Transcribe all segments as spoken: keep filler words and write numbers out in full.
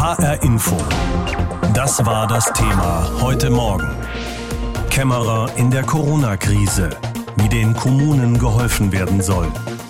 H R Info. Das war das Thema heute Morgen. Kämmerer in der Corona-Krise. Wie den Kommunen geholfen werden soll.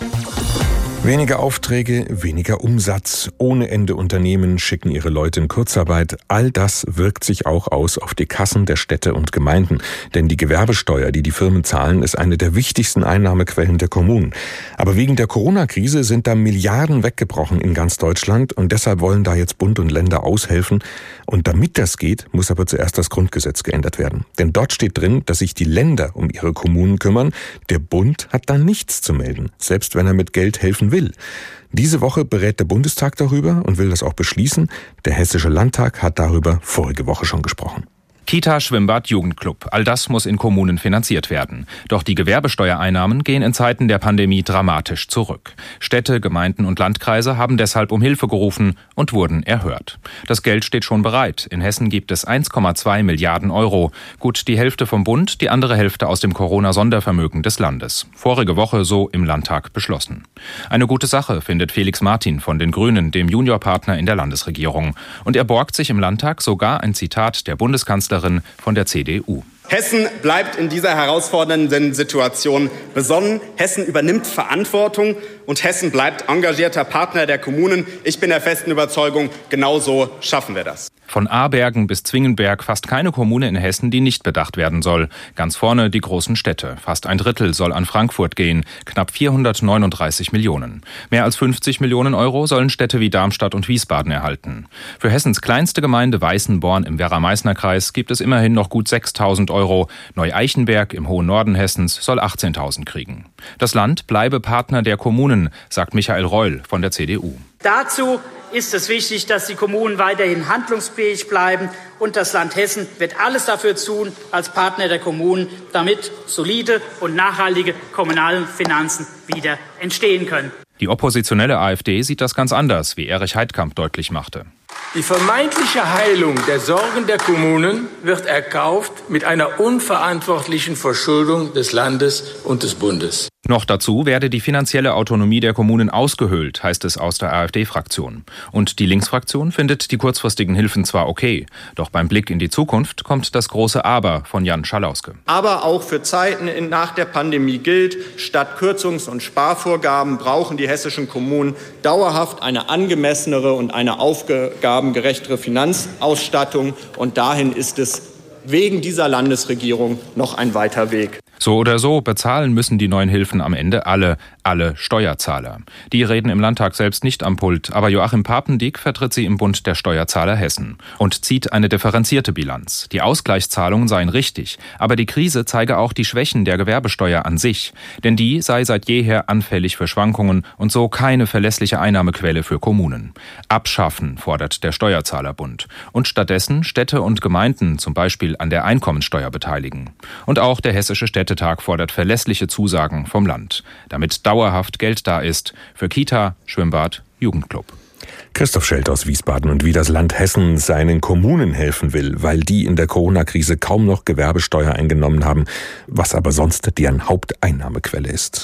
Weniger Aufträge, weniger Umsatz, ohne Ende Unternehmen schicken ihre Leute in Kurzarbeit. All das wirkt sich auch aus auf die Kassen der Städte und Gemeinden. Denn die Gewerbesteuer, die die Firmen zahlen, ist eine der wichtigsten Einnahmequellen der Kommunen. Aber wegen der Corona-Krise sind da Milliarden weggebrochen in ganz Deutschland und deshalb wollen da jetzt Bund und Länder aushelfen. Und damit das geht, muss aber zuerst das Grundgesetz geändert werden. Denn dort steht drin, dass sich die Länder um ihre Kommunen kümmern. Der Bund hat da nichts zu melden, selbst wenn er mit Geld helfen will. Diese Woche berät der Bundestag darüber und will das auch beschließen. Der Hessische Landtag hat darüber vorige Woche schon gesprochen. Kita, Schwimmbad, Jugendclub, all das muss in Kommunen finanziert werden. Doch die Gewerbesteuereinnahmen gehen in Zeiten der Pandemie dramatisch zurück. Städte, Gemeinden und Landkreise haben deshalb um Hilfe gerufen und wurden erhört. Das Geld steht schon bereit. In Hessen gibt es eins Komma zwei Milliarden Euro. Gut die Hälfte vom Bund, die andere Hälfte aus dem Corona-Sondervermögen des Landes. Vorige Woche so im Landtag beschlossen. Eine gute Sache, findet Felix Martin von den Grünen, dem Juniorpartner in der Landesregierung. Und er borgt sich im Landtag sogar ein Zitat der Bundeskanzlerin von der C D U. Hessen bleibt in dieser herausfordernden Situation besonnen. Hessen übernimmt Verantwortung und Hessen bleibt engagierter Partner der Kommunen. Ich bin der festen Überzeugung, genau so schaffen wir das. Von Abergen bis Zwingenberg fast keine Kommune in Hessen, die nicht bedacht werden soll. Ganz vorne die großen Städte. Fast ein Drittel soll an Frankfurt gehen. Knapp vierhundertneununddreißig Millionen. Mehr als fünfzig Millionen Euro sollen Städte wie Darmstadt und Wiesbaden erhalten. Für Hessens kleinste Gemeinde Weißenborn im Werra-Meißner-Kreis gibt es immerhin noch gut sechstausend Euro. Neu-Eichenberg im hohen Norden Hessens soll achtzehntausend kriegen. Das Land bleibe Partner der Kommunen, sagt Michael Reul von der C D U. Dazu ist es wichtig, dass die Kommunen weiterhin handlungsfähig bleiben und das Land Hessen wird alles dafür tun, als Partner der Kommunen, damit solide und nachhaltige kommunale Finanzen wieder entstehen können. Die oppositionelle AfD sieht das ganz anders, wie Erich Heidkamp deutlich machte. Die vermeintliche Heilung der Sorgen der Kommunen wird erkauft mit einer unverantwortlichen Verschuldung des Landes und des Bundes. Noch dazu werde die finanzielle Autonomie der Kommunen ausgehöhlt, heißt es aus der AfD-Fraktion. Und die Linksfraktion findet die kurzfristigen Hilfen zwar okay, doch beim Blick in die Zukunft kommt das große Aber von Jan Schalauske. Aber auch für Zeiten nach der Pandemie gilt, statt Kürzungs- und Sparvorgaben brauchen die hessischen Kommunen dauerhaft eine angemessenere und eine aufgabengerechtere Finanzausstattung. Und dahin ist es wegen dieser Landesregierung noch ein weiter Weg. So oder so, bezahlen müssen die neuen Hilfen am Ende alle, alle Steuerzahler. Die reden im Landtag selbst nicht am Pult, aber Joachim Papendick vertritt sie im Bund der Steuerzahler Hessen und zieht eine differenzierte Bilanz. Die Ausgleichszahlungen seien richtig, aber die Krise zeige auch die Schwächen der Gewerbesteuer an sich, denn die sei seit jeher anfällig für Schwankungen und so keine verlässliche Einnahmequelle für Kommunen. Abschaffen, fordert der Steuerzahlerbund, und stattdessen Städte und Gemeinden zum Beispiel an der Einkommensteuer beteiligen. Und auch der Hessische Städtetag fordert verlässliche Zusagen vom Land, damit dauerhaft Geld da ist für Kita, Schwimmbad, Jugendclub. Christoph Schelt aus Wiesbaden und wie das Land Hessen seinen Kommunen helfen will, weil die in der Corona-Krise kaum noch Gewerbesteuer eingenommen haben, was aber sonst deren Haupteinnahmequelle ist.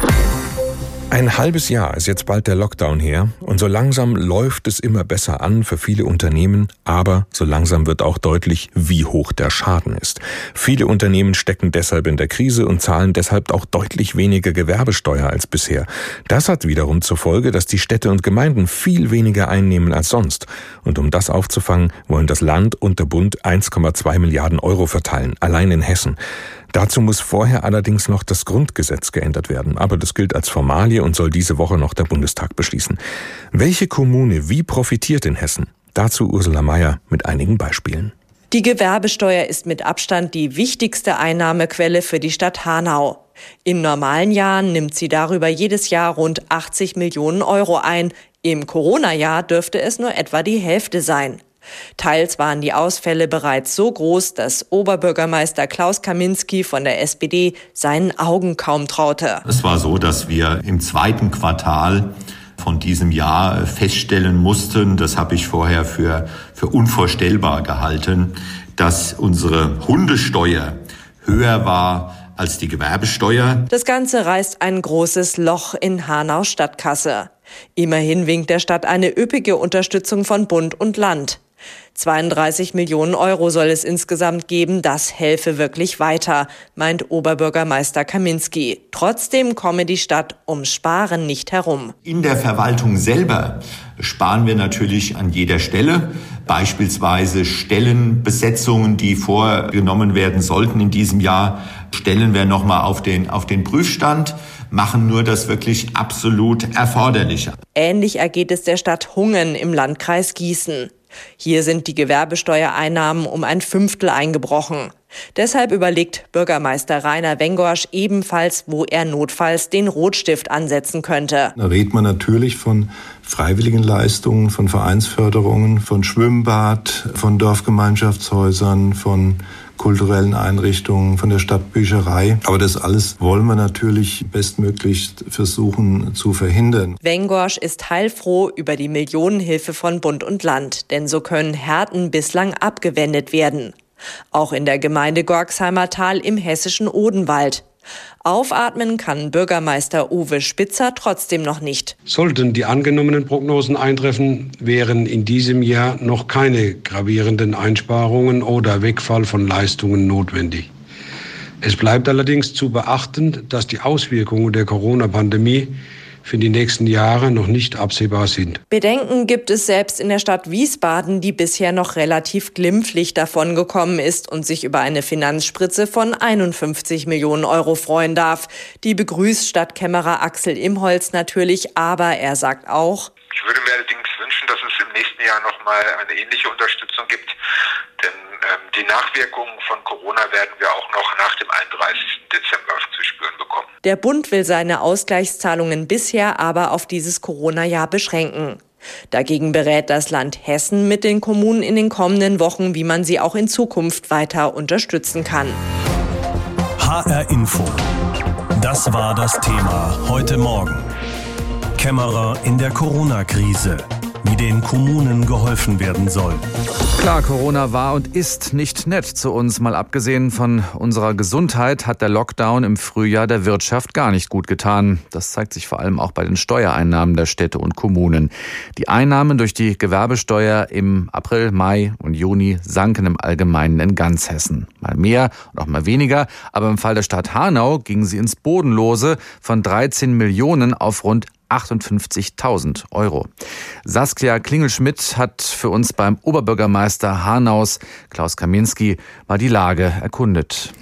Ein halbes Jahr ist jetzt bald der Lockdown her und so langsam läuft es immer besser an für viele Unternehmen, aber so langsam wird auch deutlich, wie hoch der Schaden ist. Viele Unternehmen stecken deshalb in der Krise und zahlen deshalb auch deutlich weniger Gewerbesteuer als bisher. Das hat wiederum zur Folge, dass die Städte und Gemeinden viel weniger einnehmen als sonst. Und um das aufzufangen, wollen das Land und der Bund eins Komma zwei Milliarden Euro verteilen, allein in Hessen. Dazu muss vorher allerdings noch das Grundgesetz geändert werden. Aber das gilt als Formalie und soll diese Woche noch der Bundestag beschließen. Welche Kommune wie profitiert in Hessen? Dazu Ursula Mayer mit einigen Beispielen. Die Gewerbesteuer ist mit Abstand die wichtigste Einnahmequelle für die Stadt Hanau. In normalen Jahren nimmt sie darüber jedes Jahr rund achtzig Millionen Euro ein. Im Corona-Jahr dürfte es nur etwa die Hälfte sein. Teils waren die Ausfälle bereits so groß, dass Oberbürgermeister Klaus Kaminski von der S P D seinen Augen kaum traute. Es war so, dass wir im zweiten Quartal von diesem Jahr feststellen mussten, das habe ich vorher für, für unvorstellbar gehalten, dass unsere Hundesteuer höher war als die Gewerbesteuer. Das Ganze reißt ein großes Loch in Hanaus Stadtkasse. Immerhin winkt der Stadt eine üppige Unterstützung von Bund und Land. zweiunddreißig Millionen Euro soll es insgesamt geben, das helfe wirklich weiter, meint Oberbürgermeister Kaminski. Trotzdem komme die Stadt ums Sparen nicht herum. In der Verwaltung selber sparen wir natürlich an jeder Stelle. Beispielsweise Stellenbesetzungen, die vorgenommen werden sollten in diesem Jahr, stellen wir nochmal auf den, auf den Prüfstand, machen nur das wirklich absolut Erforderliche. Ähnlich ergeht es der Stadt Hungen im Landkreis Gießen. Hier sind die Gewerbesteuereinnahmen um ein Fünftel eingebrochen. Deshalb überlegt Bürgermeister Rainer Wengorsch ebenfalls, wo er notfalls den Rotstift ansetzen könnte. Da redet man natürlich von freiwilligen Leistungen, von Vereinsförderungen, von Schwimmbad, von Dorfgemeinschaftshäusern, von kulturellen Einrichtungen, von der Stadtbücherei. Aber das alles wollen wir natürlich bestmöglichst versuchen zu verhindern. Wengorsch ist heilfroh über die Millionenhilfe von Bund und Land, denn so können Härten bislang abgewendet werden. Auch in der Gemeinde Gorxheimer Tal im hessischen Odenwald. Aufatmen kann Bürgermeister Uwe Spitzer trotzdem noch nicht. Sollten die angenommenen Prognosen eintreffen, wären in diesem Jahr noch keine gravierenden Einsparungen oder Wegfall von Leistungen notwendig. Es bleibt allerdings zu beachten, dass die Auswirkungen der Corona-Pandemie für die nächsten Jahre noch nicht absehbar sind. Bedenken gibt es selbst in der Stadt Wiesbaden, die bisher noch relativ glimpflich davongekommen ist und sich über eine Finanzspritze von einundfünfzig Millionen Euro freuen darf. Die begrüßt Stadtkämmerer Axel Imholz natürlich, aber er sagt auch: Ich würde mir allerdings wünschen, dass es im nächsten Jahr noch mal eine ähnliche Unterstützung gibt, denn ähm, die Nachwirkungen von Corona werden wir auch noch nach dem einunddreißigsten Dezember zu spüren bekommen. Der Bund will seine Ausgleichszahlungen bisher aber auf dieses Corona-Jahr beschränken. Dagegen berät das Land Hessen mit den Kommunen in den kommenden Wochen, wie man sie auch in Zukunft weiter unterstützen kann. H R Info. Das war das Thema heute Morgen. Kämmerer in der Corona-Krise. Wie den Kommunen geholfen werden soll. Klar, Corona war und ist nicht nett zu uns. Mal abgesehen von unserer Gesundheit hat der Lockdown im Frühjahr der Wirtschaft gar nicht gut getan. Das zeigt sich vor allem auch bei den Steuereinnahmen der Städte und Kommunen. Die Einnahmen durch die Gewerbesteuer im April, Mai und Juni sanken im Allgemeinen in ganz Hessen. Mal mehr und auch mal weniger. Aber im Fall der Stadt Hanau gingen sie ins Bodenlose von dreizehn Millionen auf rund achtundfünfzigtausend Euro. Saskia Klingelschmidt hat für uns beim Oberbürgermeister Hanaus, Klaus Kaminski, mal die Lage erkundet.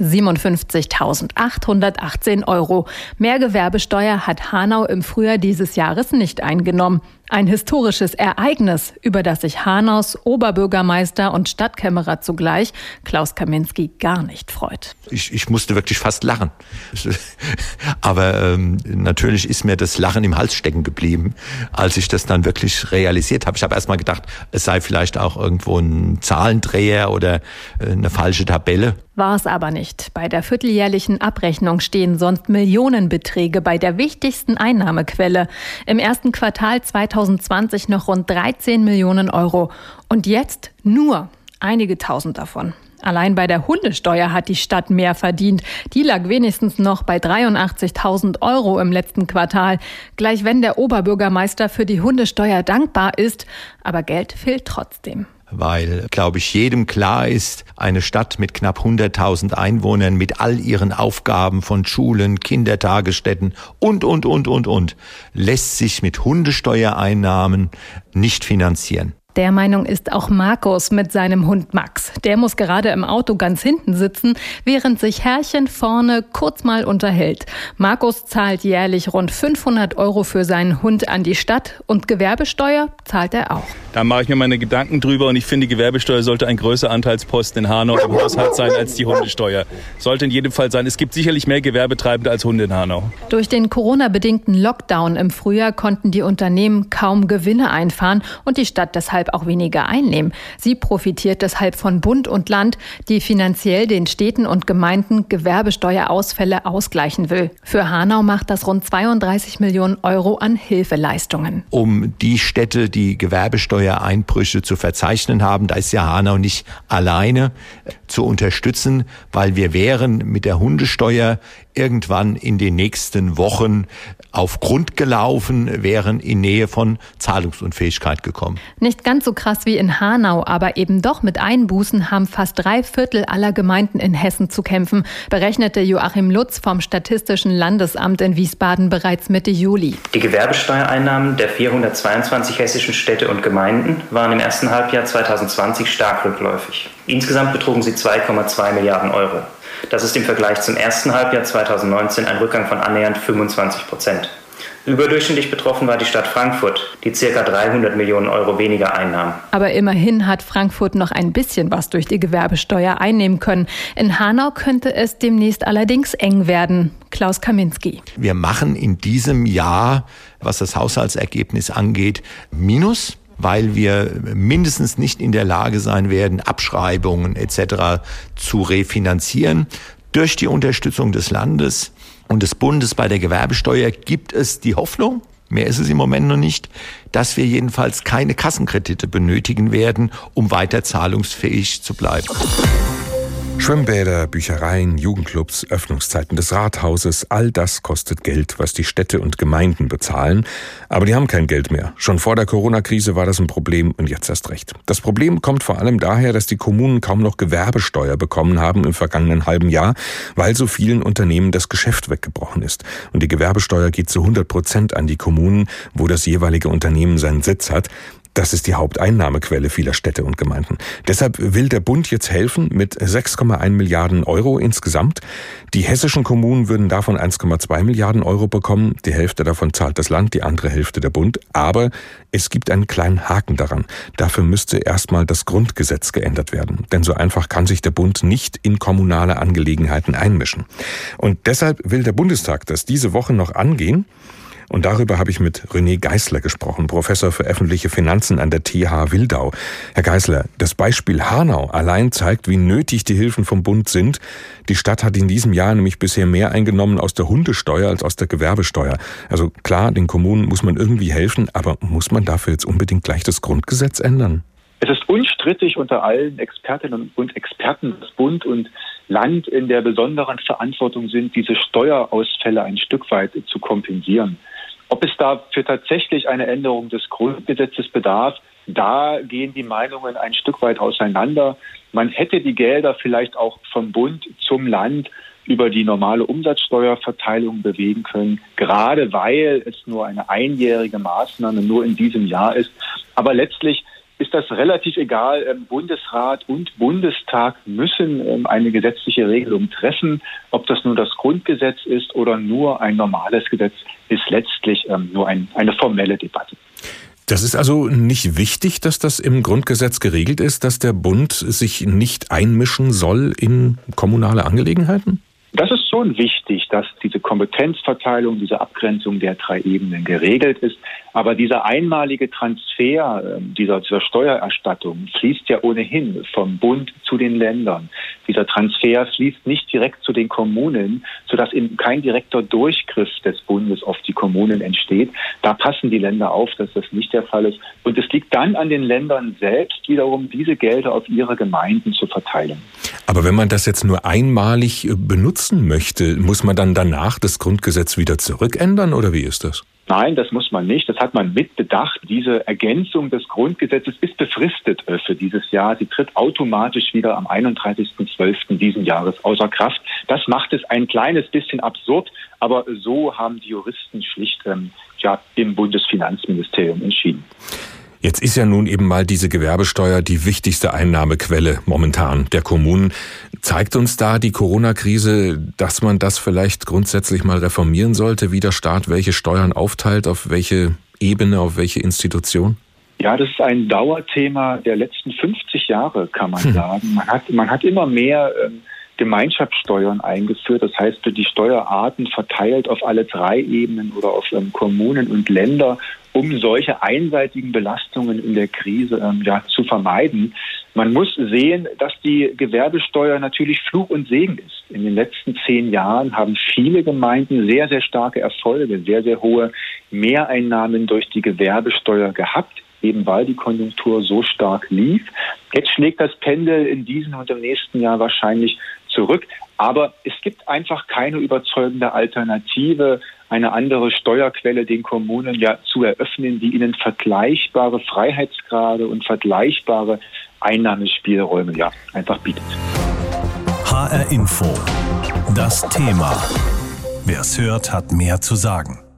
siebenundfünfzigtausendachthundertachtzehn Euro. Mehr Gewerbesteuer hat Hanau im Frühjahr dieses Jahres nicht eingenommen. Ein historisches Ereignis, über das sich Hanaus Oberbürgermeister und Stadtkämmerer zugleich, Klaus Kaminski, gar nicht freut. Ich, ich musste wirklich fast lachen. Aber ähm, natürlich ist mir das Lachen im Hals stecken geblieben, als ich das dann wirklich realisiert habe. Ich habe erst mal gedacht, es sei vielleicht auch irgendwo ein Zahlendreher oder eine falsche Tabelle. War es aber nicht. Bei der vierteljährlichen Abrechnung stehen sonst Millionenbeträge bei der wichtigsten Einnahmequelle. Im ersten Quartal zweitausendzwanzig noch rund dreizehn Millionen Euro. Und jetzt nur einige Tausend davon. Allein bei der Hundesteuer hat die Stadt mehr verdient. Die lag wenigstens noch bei dreiundachtzigtausend Euro im letzten Quartal. Gleich wenn der Oberbürgermeister für die Hundesteuer dankbar ist. Aber Geld fehlt trotzdem. Weil, glaube ich, jedem klar ist, eine Stadt mit knapp hunderttausend Einwohnern, mit all ihren Aufgaben von Schulen, Kindertagesstätten und, und, und, und, und, lässt sich mit Hundesteuereinnahmen nicht finanzieren. Der Meinung ist auch Markus mit seinem Hund Max. Der muss gerade im Auto ganz hinten sitzen, während sich Herrchen vorne kurz mal unterhält. Markus zahlt jährlich rund fünfhundert Euro für seinen Hund an die Stadt und Gewerbesteuer zahlt er auch. Da mache ich mir meine Gedanken drüber und ich finde, die Gewerbesteuer sollte ein größerer Anteilsposten in Hanau im Haushalt sein als die Hundesteuer. Sollte in jedem Fall sein. Es gibt sicherlich mehr Gewerbetreibende als Hunde in Hanau. Durch den Corona-bedingten Lockdown im Frühjahr konnten die Unternehmen kaum Gewinne einfahren und die Stadt deshalb auch weniger einnehmen. Sie profitiert deshalb von Bund und Land, die finanziell den Städten und Gemeinden Gewerbesteuerausfälle ausgleichen will. Für Hanau macht das rund zweiunddreißig Millionen Euro an Hilfeleistungen. Um die Städte, die Gewerbesteuereinbrüche zu verzeichnen haben, da ist ja Hanau nicht alleine, zu unterstützen, weil wir wären mit der Hundesteuer irgendwann in den nächsten Wochen auf Grund gelaufen, wären in Nähe von Zahlungsunfähigkeit gekommen. Nicht ganz so krass wie in Hanau, aber eben doch mit Einbußen haben fast drei Viertel aller Gemeinden in Hessen zu kämpfen, berechnete Joachim Lutz vom Statistischen Landesamt in Wiesbaden bereits Mitte Juli. Die Gewerbesteuereinnahmen der vierhundertzweiundzwanzig hessischen Städte und Gemeinden waren im ersten Halbjahr zweitausendzwanzig stark rückläufig. Insgesamt betrugen sie zwei Komma zwei Milliarden Euro. Das ist im Vergleich zum ersten Halbjahr zweitausendneunzehn ein Rückgang von annähernd fünfundzwanzig Prozent. Überdurchschnittlich betroffen war die Stadt Frankfurt, die ca. dreihundert Millionen Euro weniger einnahm. Aber immerhin hat Frankfurt noch ein bisschen was durch die Gewerbesteuer einnehmen können. In Hanau könnte es demnächst allerdings eng werden. Klaus Kaminski. Wir machen in diesem Jahr, was das Haushaltsergebnis angeht, Minus, weil wir mindestens nicht in der Lage sein werden, Abschreibungen et cetera zu refinanzieren. Durch die Unterstützung des Landes und des Bundes bei der Gewerbesteuer gibt es die Hoffnung, mehr ist es im Moment noch nicht, dass wir jedenfalls keine Kassenkredite benötigen werden, um weiter zahlungsfähig zu bleiben. Schwimmbäder, Büchereien, Jugendclubs, Öffnungszeiten des Rathauses, all das kostet Geld, was die Städte und Gemeinden bezahlen. Aber die haben kein Geld mehr. Schon vor der Corona-Krise war das ein Problem und jetzt erst recht. Das Problem kommt vor allem daher, dass die Kommunen kaum noch Gewerbesteuer bekommen haben im vergangenen halben Jahr, weil so vielen Unternehmen das Geschäft weggebrochen ist. Und die Gewerbesteuer geht zu hundert Prozent an die Kommunen, wo das jeweilige Unternehmen seinen Sitz hat. Das ist die Haupteinnahmequelle vieler Städte und Gemeinden. Deshalb will der Bund jetzt helfen mit sechs Komma eins Milliarden Euro insgesamt. Die hessischen Kommunen würden davon eins Komma zwei Milliarden Euro bekommen. Die Hälfte davon zahlt das Land, die andere Hälfte der Bund. Aber es gibt einen kleinen Haken daran. Dafür müsste erstmal das Grundgesetz geändert werden. Denn so einfach kann sich der Bund nicht in kommunale Angelegenheiten einmischen. Und deshalb will der Bundestag das diese Woche noch angehen. Und darüber habe ich mit René Geisler gesprochen, Professor für öffentliche Finanzen an der T H Wildau. Herr Geisler, das Beispiel Hanau allein zeigt, wie nötig die Hilfen vom Bund sind. Die Stadt hat in diesem Jahr nämlich bisher mehr eingenommen aus der Hundesteuer als aus der Gewerbesteuer. Also klar, den Kommunen muss man irgendwie helfen, aber muss man dafür jetzt unbedingt gleich das Grundgesetz ändern? Es ist unstrittig unter allen Expertinnen und Experten, dass Bund und Land in der besonderen Verantwortung sind, diese Steuerausfälle ein Stück weit zu kompensieren. Ob es dafür tatsächlich eine Änderung des Grundgesetzes bedarf, da gehen die Meinungen ein Stück weit auseinander. Man hätte die Gelder vielleicht auch vom Bund zum Land über die normale Umsatzsteuerverteilung bewegen können, gerade weil es nur eine einjährige Maßnahme nur in diesem Jahr ist. Aber letztlich ist das relativ egal. Bundesrat und Bundestag müssen eine gesetzliche Regelung treffen. Ob das nun das Grundgesetz ist oder nur ein normales Gesetz, ist letztlich nur ein, eine formelle Debatte. Das ist also nicht wichtig, dass das im Grundgesetz geregelt ist, dass der Bund sich nicht einmischen soll in kommunale Angelegenheiten? Das ist schon wichtig, dass diese Kompetenzverteilung, diese Abgrenzung der drei Ebenen geregelt ist. Aber dieser einmalige Transfer dieser, dieser Steuererstattung fließt ja ohnehin vom Bund zu den Ländern. Dieser Transfer fließt nicht direkt zu den Kommunen, sodass eben kein direkter Durchgriff des Bundes auf die Kommunen entsteht. Da passen die Länder auf, dass das nicht der Fall ist. Und es liegt dann an den Ländern selbst wiederum, diese Gelder auf ihre Gemeinden zu verteilen. Aber wenn man das jetzt nur einmalig benutzen möchte, muss man dann danach das Grundgesetz wieder zurückändern oder wie ist das? Nein, das muss man nicht. Das hat man mitbedacht. Diese Ergänzung des Grundgesetzes ist befristet für dieses Jahr. Sie tritt automatisch wieder am einunddreißigsten zwölften diesen Jahres außer Kraft. Das macht es ein kleines bisschen absurd, aber so haben die Juristen schlicht ähm, ja, im Bundesfinanzministerium entschieden. Jetzt ist ja nun eben mal diese Gewerbesteuer die wichtigste Einnahmequelle momentan der Kommunen. Zeigt uns da die Corona-Krise, dass man das vielleicht grundsätzlich mal reformieren sollte, wie der Staat welche Steuern aufteilt, auf welche Ebene, auf welche Institution? Ja, das ist ein Dauerthema der letzten fünfzig Jahre, kann man hm. sagen. Man hat, man hat immer mehr ähm, Gemeinschaftssteuern eingeführt, das heißt die Steuerarten verteilt auf alle drei Ebenen oder auf ähm, Kommunen und Länder, um solche einseitigen Belastungen in der Krise ähm, ja, zu vermeiden. Man muss sehen, dass die Gewerbesteuer natürlich Fluch und Segen ist. In den letzten zehn Jahren haben viele Gemeinden sehr, sehr starke Erfolge, sehr, sehr hohe Mehreinnahmen durch die Gewerbesteuer gehabt, eben weil die Konjunktur so stark lief. Jetzt schlägt das Pendel in diesem und im nächsten Jahr wahrscheinlich zurück. Aber es gibt einfach keine überzeugende Alternative, eine andere Steuerquelle den Kommunen ja zu eröffnen, die ihnen vergleichbare Freiheitsgrade und vergleichbare Einnahmespielräume ja einfach bietet. H R Info. Das Thema. Wer es hört, hat mehr zu sagen.